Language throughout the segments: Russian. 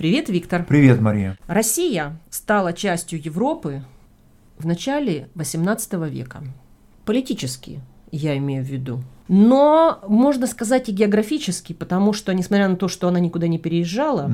Привет, Виктор. Привет, Мария. Россия стала частью Европы в начале XVIII века. Политически, я имею в виду. Но, можно сказать, и географически, потому что, несмотря на то, что она никуда не переезжала,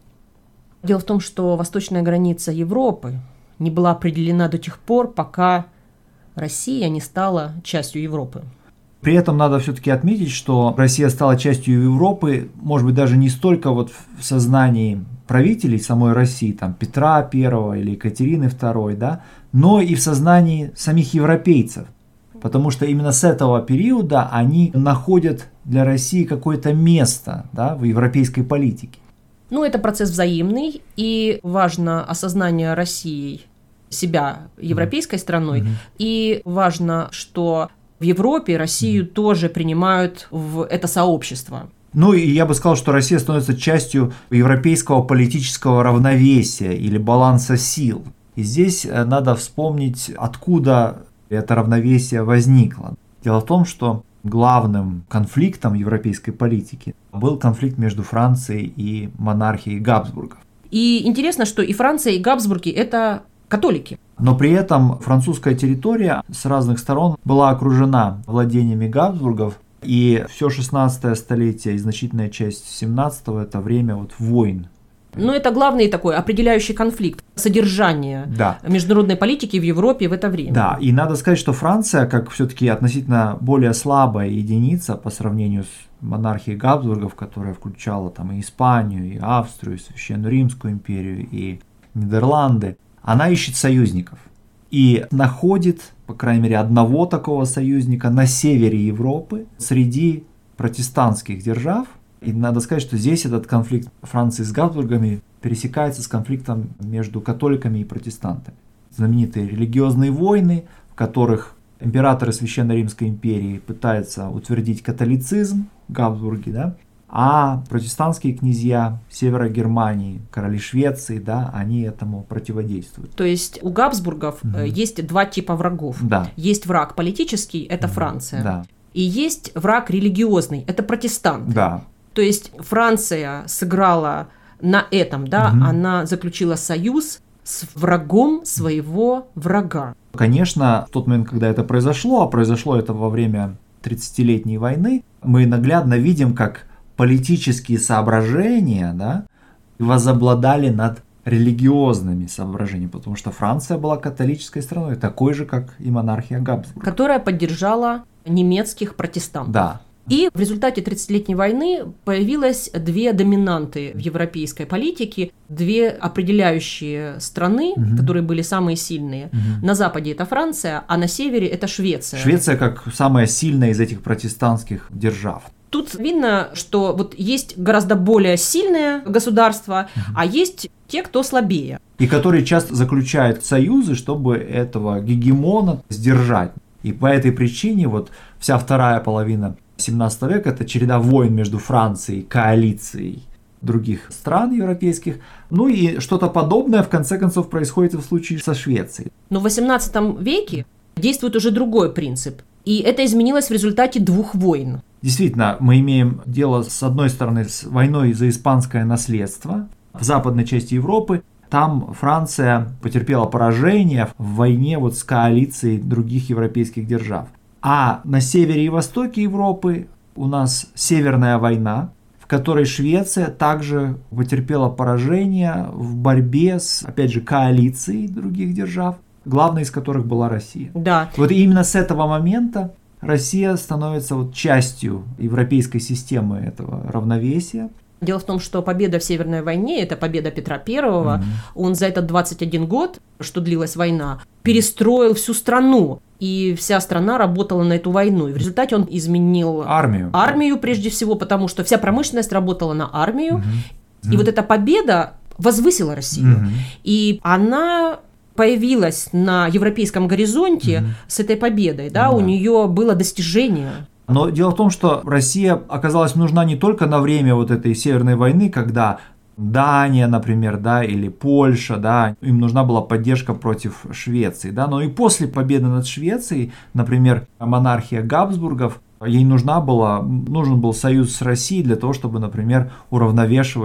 дело в том, что восточная граница Европы не была определена до тех пор, пока Россия не стала частью Европы. При этом надо все-таки отметить, что Россия стала частью Европы, может быть, даже не столько вот в сознании правителей самой России, там Петра I или Екатерины II, да, но и в сознании самих европейцев. Потому что именно с этого периода они находят для России какое-то место, да, в европейской политике. Ну, это процесс взаимный, и важно осознание Россией себя европейской страной, и важно, что в Европе Россию тоже принимают в это сообщество. Ну и я бы сказал, что Россия становится частью европейского политического равновесия или баланса сил. И здесь надо вспомнить, откуда это равновесие возникло. Дело в том, что главным конфликтом европейской политики был конфликт между Францией и монархией Габсбургов. И интересно, что и Франция, и Габсбурги – это католики. Но при этом французская территория с разных сторон была окружена владениями Габсбургов, и все 16 столетие и значительная часть 17 это время вот войн. Но это главный такой определяющий конфликт, содержание международной политики в Европе в это время. Да, и надо сказать, что Франция, как все-таки относительно более слабая единица по сравнению с монархией Габсбургов, которая включала там и Испанию, и Австрию, и Священную Римскую империю, и Нидерланды, она ищет союзников и находит, по крайней мере, одного такого союзника на севере Европы среди протестантских держав. И надо сказать, что здесь этот конфликт Франции с Габсбургами пересекается с конфликтом между католиками и протестантами. Знаменитые религиозные войны, в которых императоры Священной Римской империи пытаются утвердить католицизм, Габсбурги, да, а протестантские князья севера Германии, короли Швеции, да, они этому противодействуют. То есть у Габсбургов есть два типа врагов. Да. Есть враг политический, это Франция, да. И есть враг религиозный, это протестанты. Да. То есть Франция сыграла на этом, да, она заключила союз с врагом своего врага. Конечно, в тот момент, когда это произошло, а произошло это во время 30-летней войны, мы наглядно видим, как политические соображения, да, возобладали над религиозными соображениями, потому что Франция была католической страной, такой же, как и монархия Габсбург. Которая поддержала немецких протестантов. Да. И в результате 30-летней войны появилось две доминанты в европейской политике, две определяющие страны, которые были самые сильные. На западе это Франция, а на севере это Швеция. Швеция как самая сильная из этих протестантских держав. Тут видно, что вот есть гораздо более сильное государство, а есть те, кто слабее. И которые часто заключают союзы, чтобы этого гегемона сдержать. И по этой причине вот вся вторая половина 17 века – это череда войн между Францией, коалицией других стран европейских. Ну и что-то подобное в конце концов происходит и в случае со Швецией. Но в 18 веке действует уже другой принцип. И это изменилось в результате двух войн. Действительно, мы имеем дело, с одной стороны, с войной за испанское наследство в западной части Европы. Там Франция потерпела поражение в войне вот с коалицией других европейских держав. А на севере и востоке Европы у нас Северная война, в которой Швеция также потерпела поражение в борьбе с, опять же, коалицией других держав, главной из которых была Россия. Да. Вот именно с этого момента Россия становится вот частью европейской системы этого равновесия. Дело в том, что победа в Северной войне – это победа Петра I. Он за этот 21 год, что длилась война, перестроил всю страну. И вся страна работала на эту войну. И в результате он изменил армию прежде всего, потому что вся промышленность работала на армию. И вот эта победа возвысила Россию. И она появилась на европейском горизонте с этой победой. Да? У нее было достижение. Но дело в том, что Россия оказалась нужна не только на время вот этой Северной войны, когда Дания, например, да, или Польша, да, им нужна была поддержка против Швеции, да, но и после победы над Швецией, например, монархия Габсбургов, ей нужен был союз с Россией для того, чтобы, например, уравновешивать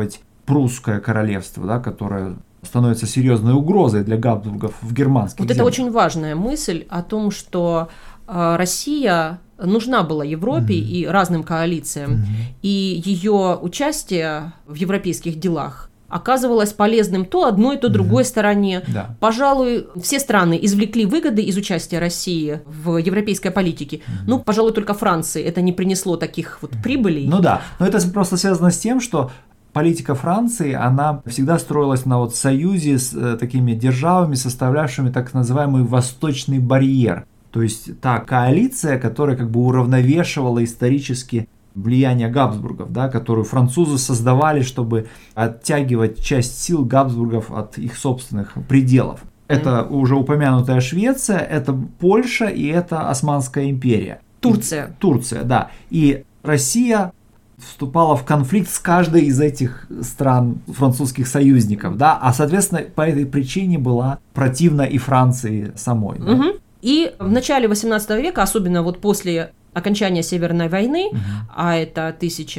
прусское королевство, да, которое становится серьезной угрозой для Габсбургов в германских Вот землях. это очень важная мысль о том, что Россия нужна была Европе и разным коалициям, и ее участие в европейских делах оказывалось полезным то одной, то другой стороне. Да. Пожалуй, все страны извлекли выгоды из участия России в европейской политике. Ну, пожалуй, только Франции это не принесло таких вот прибылей. Ну да, но это просто связано с тем, что политика Франции, она всегда строилась на вот союзе с такими державами, составлявшими так называемый восточный барьер. То есть та коалиция, которая как бы уравновешивала исторически влияние Габсбургов, да, которую французы создавали, чтобы оттягивать часть сил Габсбургов от их собственных пределов. Это уже упомянутая Швеция, это Польша и это Османская империя. Турция, да. И Россия вступала в конфликт с каждой из этих стран французских союзников, да, а соответственно по этой причине была противна и Франции самой. Да? И в начале 18 века, особенно вот после окончания Северной войны, а это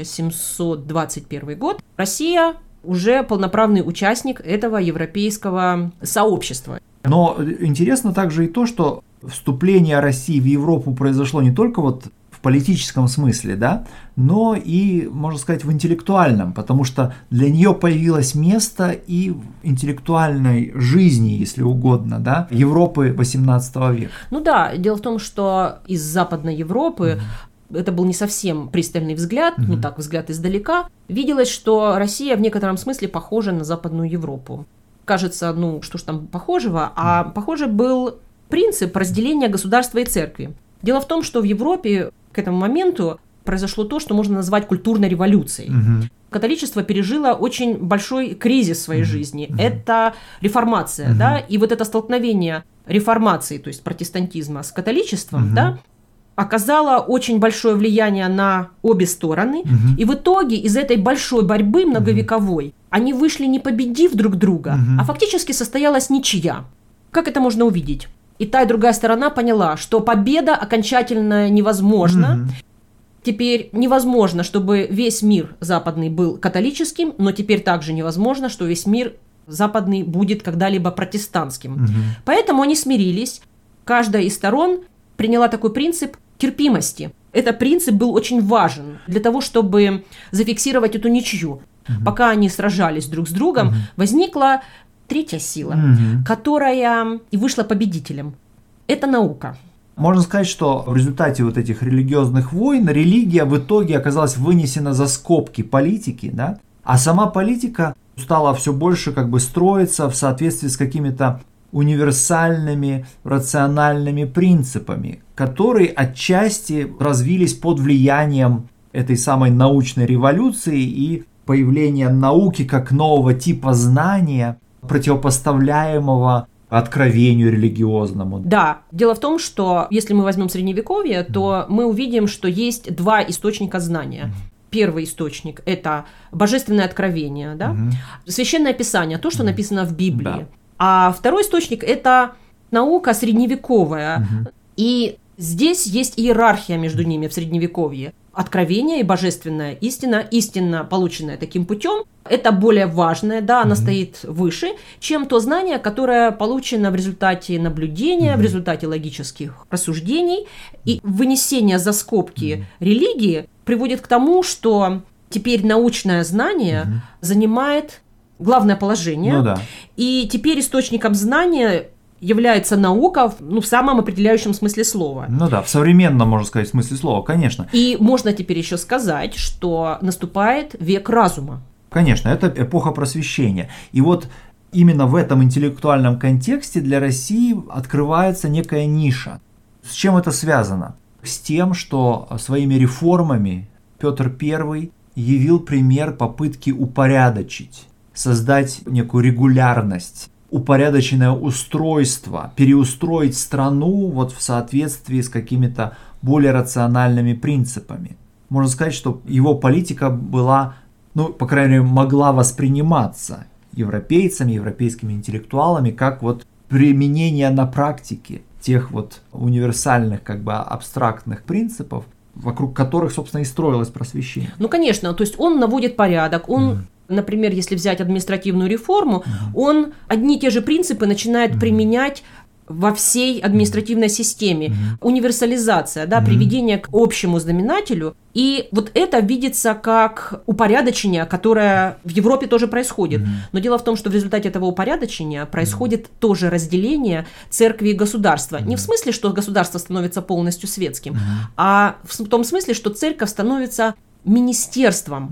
1721 год, Россия уже полноправный участник этого европейского сообщества. Но интересно также и то, что вступление России в Европу произошло не только вот в политическом смысле, да, но и, можно сказать, в интеллектуальном, потому что для нее появилось место и в интеллектуальной жизни, если угодно, да, Европы XVIII века. Ну да, дело в том, что из Западной Европы это был не совсем пристальный взгляд, ну так, взгляд издалека, виделось, что Россия в некотором смысле похожа на Западную Европу. Кажется, ну что ж там похожего, а похоже был принцип разделения государства и церкви. Дело в том, что в Европе к этому моменту произошло то, что можно назвать культурной революцией. Католичество пережило очень большой кризис в своей жизни. Это реформация, да, и вот это столкновение реформации, то есть протестантизма с католичеством, да, оказало очень большое влияние на обе стороны, и в итоге из этой большой борьбы многовековой они вышли не победив друг друга, а фактически состоялась ничья. Как это можно увидеть? И та, и другая сторона поняла, что победа окончательно невозможна. Теперь невозможно, чтобы весь мир западный был католическим, но теперь также невозможно, что весь мир западный будет когда-либо протестантским. Поэтому они смирились. Каждая из сторон приняла такой принцип терпимости. Этот принцип был очень важен для того, чтобы зафиксировать эту ничью. Пока они сражались друг с другом, возникла третья сила, которая и вышла победителем. Это наука. Можно сказать, что в результате вот этих религиозных войн религия в итоге оказалась вынесена за скобки политики, да? А сама политика стала все больше как бы строиться в соответствии с какими-то универсальными рациональными принципами, которые отчасти развились под влиянием этой самой научной революции и появления науки как нового типа знания, противопоставляемого откровению религиозному. Да, дело в том, что если мы возьмем Средневековье, то мы увидим, что есть два источника знания. Первый источник – это божественное откровение, да? Священное Писание, то, что написано в Библии. Да. А второй источник – это наука средневековая. И здесь есть иерархия между ними в Средневековье. Откровение и божественная истина, истина, полученная таким путем, это более важное, да, она стоит выше, чем то знание, которое получено в результате наблюдения, в результате логических рассуждений. И вынесение за скобки религии приводит к тому, что теперь научное знание занимает главное положение. Ну, да. И теперь источником знания является наука в самом определяющем смысле слова. Ну да, в современном, можно сказать, смысле слова, конечно. И можно теперь еще сказать, что наступает век разума. Конечно, это эпоха просвещения. И вот именно в этом интеллектуальном контексте для России открывается некая ниша. С чем это связано? С тем, что своими реформами Петр I явил пример попытки упорядочить, создать некую регулярность, упорядоченное устройство, переустроить страну вот в соответствии с какими-то более рациональными принципами. Можно сказать, что его политика была, по крайней мере, могла восприниматься европейцами, европейскими интеллектуалами как вот применение на практике тех вот универсальных, как бы абстрактных принципов, вокруг которых, собственно, и строилось просвещение. Конечно, то есть он наводит порядок, он например, если взять административную реформу, он одни и те же принципы начинает применять во всей административной системе. Универсализация, да, приведение к общему знаменателю. И вот это видится как упорядочение, которое в Европе тоже происходит. Но дело в том, что в результате этого упорядочения происходит тоже разделение церкви и государства. Не в смысле, что государство становится полностью светским, а в том смысле, что церковь становится министерством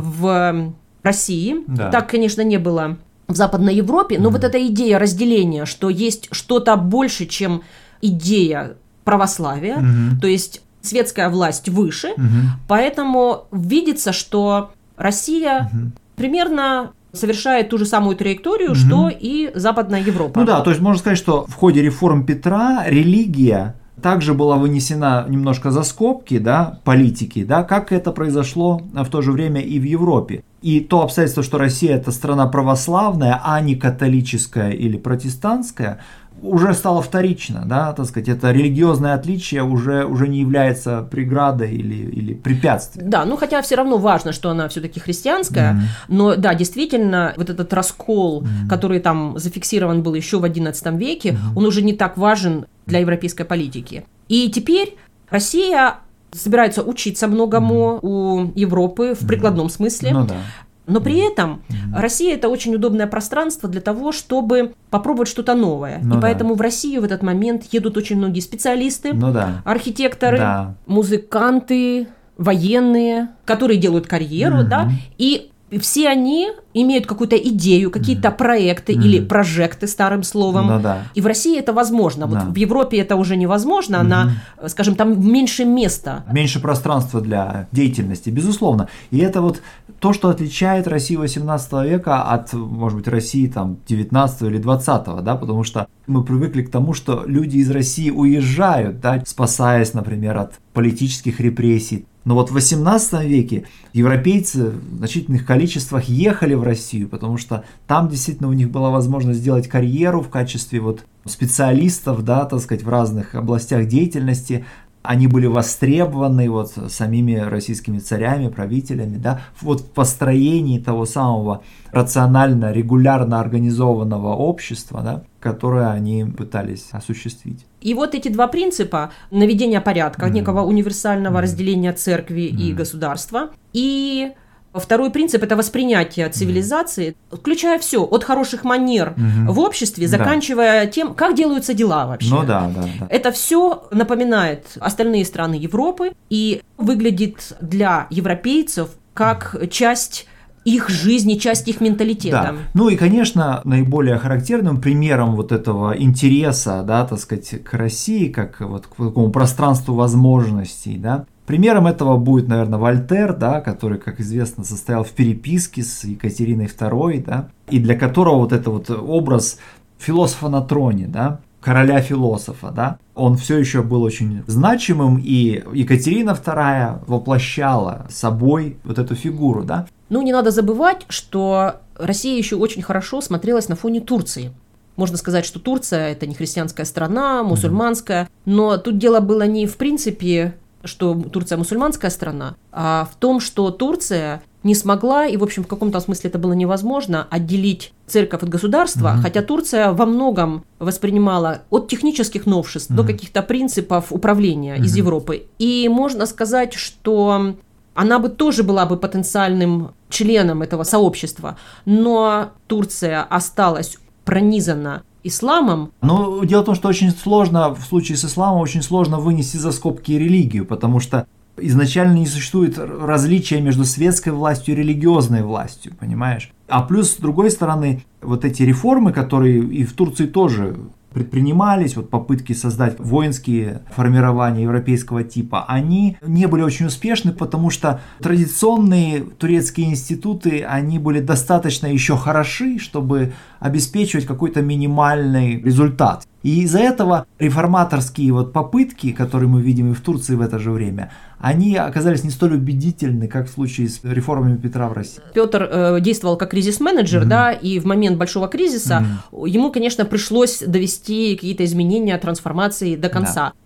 в России. Да. Так, конечно, не было в Западной Европе, но вот эта идея разделения, что есть что-то больше, чем идея православия, то есть светская власть выше, поэтому видится, что Россия примерно совершает ту же самую траекторию, что и Западная Европа. Ну да, то есть можно сказать, что в ходе реформ Петра религия также была вынесена немножко за скобки, да, политики, да, как это произошло в то же время и в Европе. И то обстоятельство, что Россия это страна православная, а не католическая или протестантская, уже стало вторично, да, так сказать, это религиозное отличие уже не является преградой или препятствием. Да, ну хотя все равно важно, что она все-таки христианская, но да, действительно, вот этот раскол, который там зафиксирован был еще в XI веке, он уже не так важен для европейской политики. И теперь Россия собирается учиться многому у Европы в прикладном смысле. Ну, да. Но при этом Россия – это очень удобное пространство для того, чтобы попробовать что-то новое. Ну, и поэтому в Россию в этот момент едут очень многие специалисты, архитекторы, музыканты, военные, которые делают карьеру, да, и все они имеют какую-то идею, какие-то проекты или прожекты, старым словом. Ну, да. И в России это возможно. Вот в Европе это уже невозможно, она, скажем, там меньше места. Меньше пространства для деятельности, безусловно. И это вот то, что отличает Россию XVIII века от, может быть, России там, XIX или XX, да, потому что мы привыкли к тому, что люди из России уезжают, да, спасаясь, например, от политических репрессий. Но вот в XVIII веке европейцы в значительных количествах ехали в Россию, потому что там действительно у них была возможность сделать карьеру в качестве вот специалистов, да, так сказать, в разных областях деятельности. Они были востребованы вот самими российскими царями, правителями, да, вот в построении того самого рационально, регулярно организованного общества, да, которое они пытались осуществить. И вот эти два принципа наведения порядка, некого универсального разделения церкви и государства, и второй принцип – это воспринятие цивилизации, включая все, от хороших манер в обществе, заканчивая тем, как делаются дела вообще. Ну да. Это все напоминает остальные страны Европы и выглядит для европейцев как часть их жизни, часть их менталитета. Да. Ну и, конечно, наиболее характерным примером вот этого интереса, да, так сказать, к России, как вот к такому пространству возможностей, да, примером этого будет, наверное, Вольтер, да, который, как известно, состоял в переписке с Екатериной II, да, и для которого вот это вот образ философа на троне, да, короля философа, да, он все еще был очень значимым, и Екатерина II воплощала собой вот эту фигуру, да. Ну, не надо забывать, что Россия еще очень хорошо смотрелась на фоне Турции. Можно сказать, что Турция – это не христианская страна, мусульманская, но тут дело было не в принципе, что Турция мусульманская страна, а в том, что Турция не смогла, и, в общем, в каком-то смысле это было невозможно, отделить церковь от государства, хотя Турция во многом воспринимала от технических новшеств до каких-то принципов управления из Европы. И можно сказать, что она бы тоже была бы потенциальным членом этого сообщества, но Турция осталась пронизана исламом. Но дело в том, что очень сложно, в случае с исламом, очень сложно вынести за скобки религию, потому что изначально не существует различия между светской властью и религиозной властью, понимаешь? А плюс, с другой стороны, вот эти реформы, которые и в Турции тоже предпринимались, вот попытки создать воинские формирования европейского типа, они не были очень успешны, потому что традиционные турецкие институты, они были достаточно еще хороши, чтобы обеспечивать какой-то минимальный результат. И из-за этого реформаторские вот попытки, которые мы видим и в Турции в это же время, они оказались не столь убедительны, как в случае с реформами Петра в России. Петр действовал как кризис-менеджер, да, и в момент большого кризиса ему, конечно, пришлось довести какие-то изменения, трансформации до конца. Да.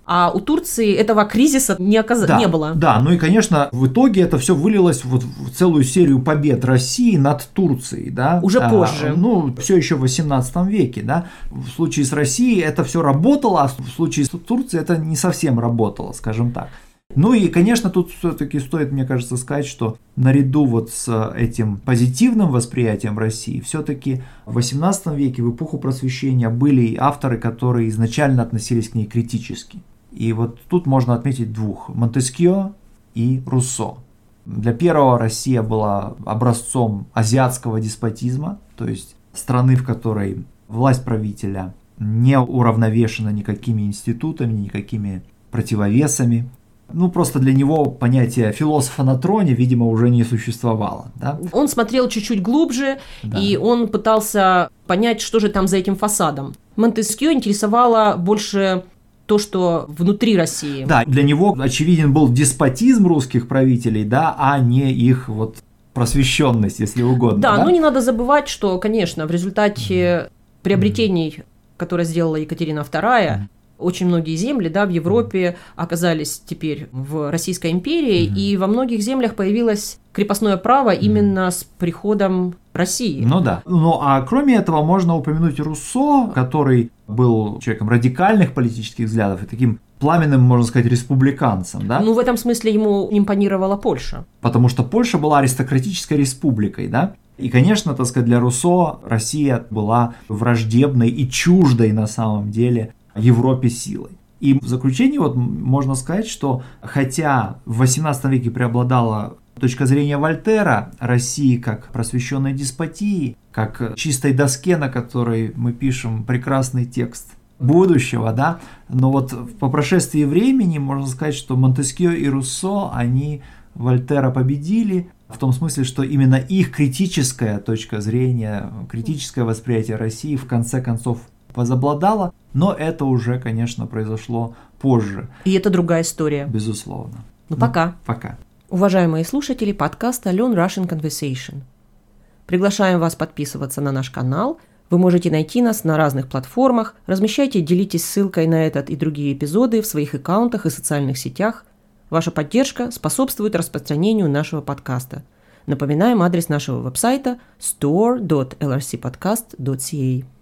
А у Турции этого кризиса не было. Да, ну и, конечно, в итоге это все вылилось вот в целую серию побед России над Турцией, да. Уже позже. Все еще в 18 веке, да. В случае с Россией это все работало, а в случае с Турцией это не совсем работало, скажем так. Ну и, конечно, тут все-таки стоит, мне кажется, сказать, что наряду вот с этим позитивным восприятием России, все-таки в XVIII веке, в эпоху Просвещения, были авторы, которые изначально относились к ней критически. И вот тут можно отметить двух – Монтескьё и Руссо. Для первого Россия была образцом азиатского деспотизма, то есть страны, в которой власть правителя не уравновешена никакими институтами, никакими противовесами. Просто для него понятие философа на троне, видимо, уже не существовало. Да? Он смотрел чуть-чуть глубже, и он пытался понять, что же там за этим фасадом. Монтескьё интересовало больше то, что внутри России. Да, для него очевиден был деспотизм русских правителей, да, а не их вот просвещенность, если угодно. Да, но не надо забывать, что, конечно, в результате приобретений, которые сделала Екатерина II, очень многие земли, да, в Европе оказались теперь в Российской империи, и во многих землях появилось крепостное право именно с приходом России. Ну да. А кроме этого можно упомянуть Руссо, который был человеком радикальных политических взглядов и таким пламенным, можно сказать, республиканцем, да? В этом смысле ему импонировала Польша. Потому что Польша была аристократической республикой, да? И, конечно, так сказать, для Руссо Россия была враждебной и чуждой на самом деле Европе силой. И в заключение вот можно сказать, что хотя в XVIII веке преобладала точка зрения Вольтера России как просвещенной деспотии, как чистой доске, на которой мы пишем прекрасный текст будущего, да, но вот по прошествии времени можно сказать, что Монтескьё и Руссо, они Вольтера победили, в том смысле, что именно их критическая точка зрения, критическое восприятие России в конце концов возобладало, но это уже, конечно, произошло позже. И это другая история. Безусловно. Пока. Пока. Уважаемые слушатели подкаста Learn Russian Conversation. Приглашаем вас подписываться на наш канал. Вы можете найти нас на разных платформах. Размещайте и делитесь ссылкой на этот и другие эпизоды в своих аккаунтах и социальных сетях. Ваша поддержка способствует распространению нашего подкаста. Напоминаем адрес нашего веб-сайта store.lrcpodcast.ca.